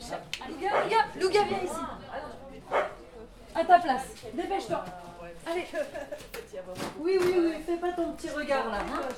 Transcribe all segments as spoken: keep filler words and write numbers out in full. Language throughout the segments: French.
Louga, Louga, Louga, viens ici. À ta place. Dépêche-toi. Allez. Oui, oui, oui, fais pas ton petit regard là. Hein.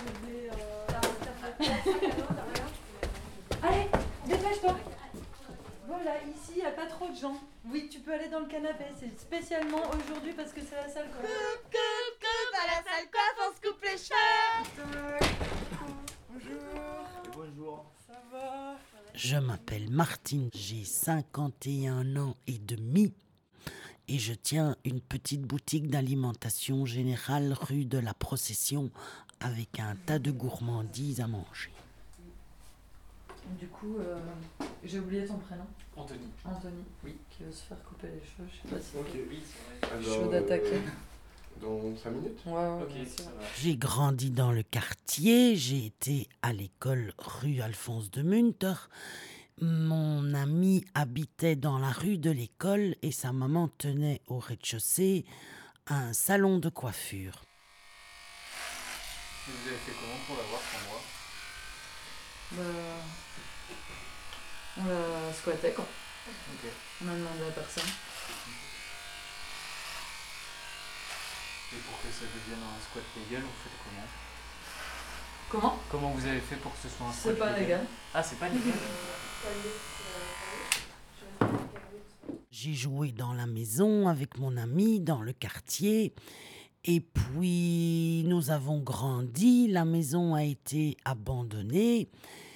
Allez, dépêche-toi. Voilà, ici, il n'y a pas trop de gens. Oui, tu peux aller dans le canapé. C'est spécialement aujourd'hui parce que c'est la salle coiffe. Coupe, coupe, coupe, à la salle coiffe, on se coupe les cheveux. Bonjour. Bonjour. Ça va? Je m'appelle Martine, j'ai cinquante et un ans et demi et je tiens une petite boutique d'alimentation générale rue de la Procession avec un tas de gourmandises à manger. Du coup, euh, j'ai oublié ton prénom. Anthony. Anthony. Oui. Qui veut se faire couper les cheveux, je sais pas si Ok, t'es oui, c'est vrai. chaud d'attaquer. Dans cinq minutes? Ouais, ouais, Ok, bien ça sûr. va. J'ai grandi dans le quartier, j'ai été à l'école rue Alphonse de Munter. Mon ami habitait dans la rue de l'école et sa maman tenait au rez-de-chaussée un salon de coiffure. Et vous avez fait comment pour l'avoir sans moi? Bah, on l'a squatté quoi. Ok. On a demandé à personne. Et pour que ça devienne un squat légal, vous faites comment? Comment? Comment vous avez fait pour que ce soit un squat C'est pas légal. Ah, c'est pas légal. J'ai joué dans la maison avec mon ami, dans le quartier. Et puis, nous avons grandi, la maison a été abandonnée.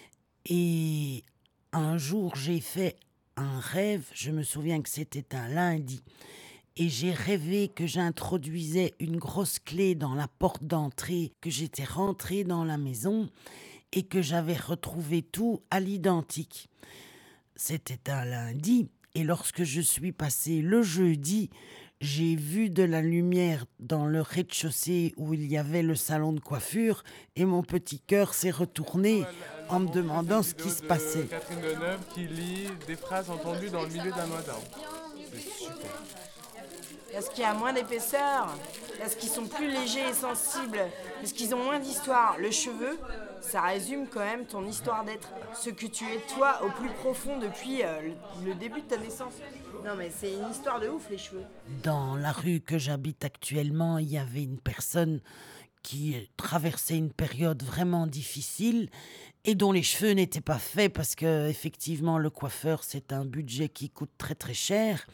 Et un jour, j'ai fait un rêve, je me souviens que c'était un lundi. Et j'ai rêvé que j'introduisais une grosse clé dans la porte d'entrée, que j'étais rentrée dans la maison et que j'avais retrouvé tout à l'identique. C'était un lundi et lorsque je suis passée le jeudi, j'ai vu de la lumière dans le rez-de-chaussée où il y avait le salon de coiffure et mon petit cœur s'est retourné en me demandant ce qui se passait. Catherine Deneuve qui lit des phrases entendues dans le milieu d'un noix d'arbre. C'est super. Est-ce qu'il y a moins d'épaisseur? Est-ce qu'ils sont plus légers et sensibles? Est-ce qu'ils ont moins d'histoire? Le cheveu, ça résume quand même ton histoire d'être. Ce que tu es toi au plus profond depuis euh, le, le début de ta naissance. Non mais c'est une histoire de ouf les cheveux. Dans la rue que j'habite actuellement, il y avait une personne qui traversait une période vraiment difficile et dont les cheveux n'étaient pas faits parce que effectivement le coiffeur c'est un budget qui coûte très très cher.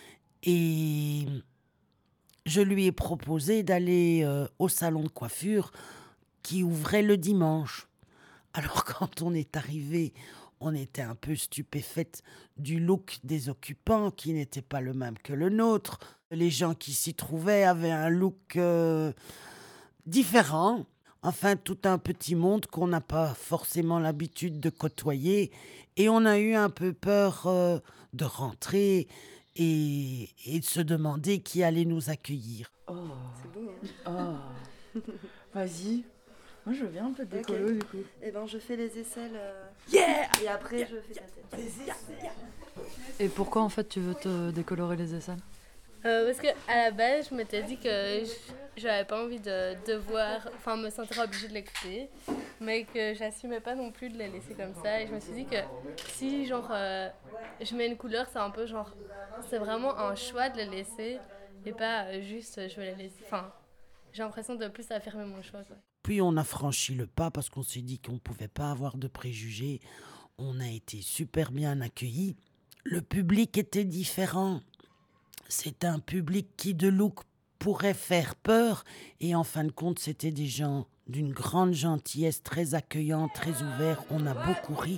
Et je lui ai proposé d'aller euh, au salon de coiffure qui ouvrait le dimanche. Alors quand on est arrivé, on était un peu stupéfaite du look des occupants qui n'était pas le même que le nôtre. Les gens qui s'y trouvaient avaient un look euh, différent. Enfin, tout un petit monde qu'on n'a pas forcément l'habitude de côtoyer. Et on a eu un peu peur euh, de rentrer et, et de se demander qui allait nous accueillir. Oh. C'est beau hein. Oh. Vas-y. Moi, je veux bien un peu de décolo Ok. du coup. Eh ben je fais les aisselles euh, Yeah! et après je fais ta tête. Et pourquoi en fait tu veux te décolorer les aisselles? Euh, parce que à la base, je m'étais dit que je- j'avais pas envie de devoir, enfin me sentir obligée de les couper, mais que j'assumais pas non plus de les laisser comme ça. Et je me suis dit que si genre euh, je mets une couleur, c'est un peu genre, c'est vraiment un choix de les laisser et pas euh, juste je vais les laisser. Enfin, j'ai l'impression de plus affirmer mon choix, quoi. Puis on a franchi le pas parce qu'on s'est dit qu'on ne pouvait pas avoir de préjugés. On a été super bien accueillis. Le public était différent. C'est un public qui de look pourrait faire peur. Et en fin de compte, c'était des gens d'une grande gentillesse, très accueillants, très ouverts. On a beaucoup ri.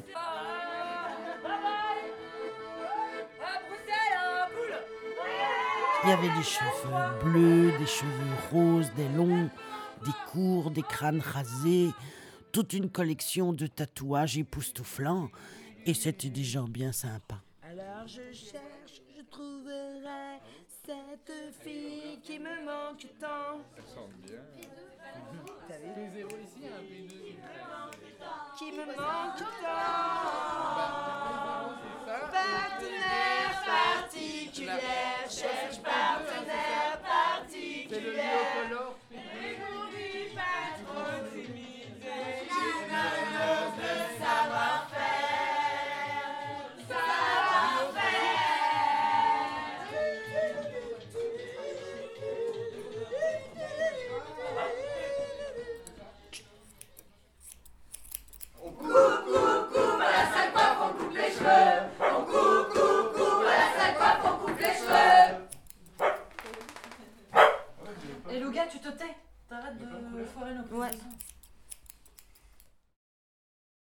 Il y avait des cheveux bleus, des cheveux roses, des longs, des courts, des crânes rasés, toute une collection de tatouages époustouflants. Et c'était des gens bien sympas. Alors je cherche, je trouverai cette fille qui me manque tant. T'as vu? Qui me manque tant. Partenaire particulière, cherche partenaire particulière. N'oublie pas trop timide, la de savoir-faire. Eh, tu te tais. T'arrêtes de foirer nos Ouais. conversations.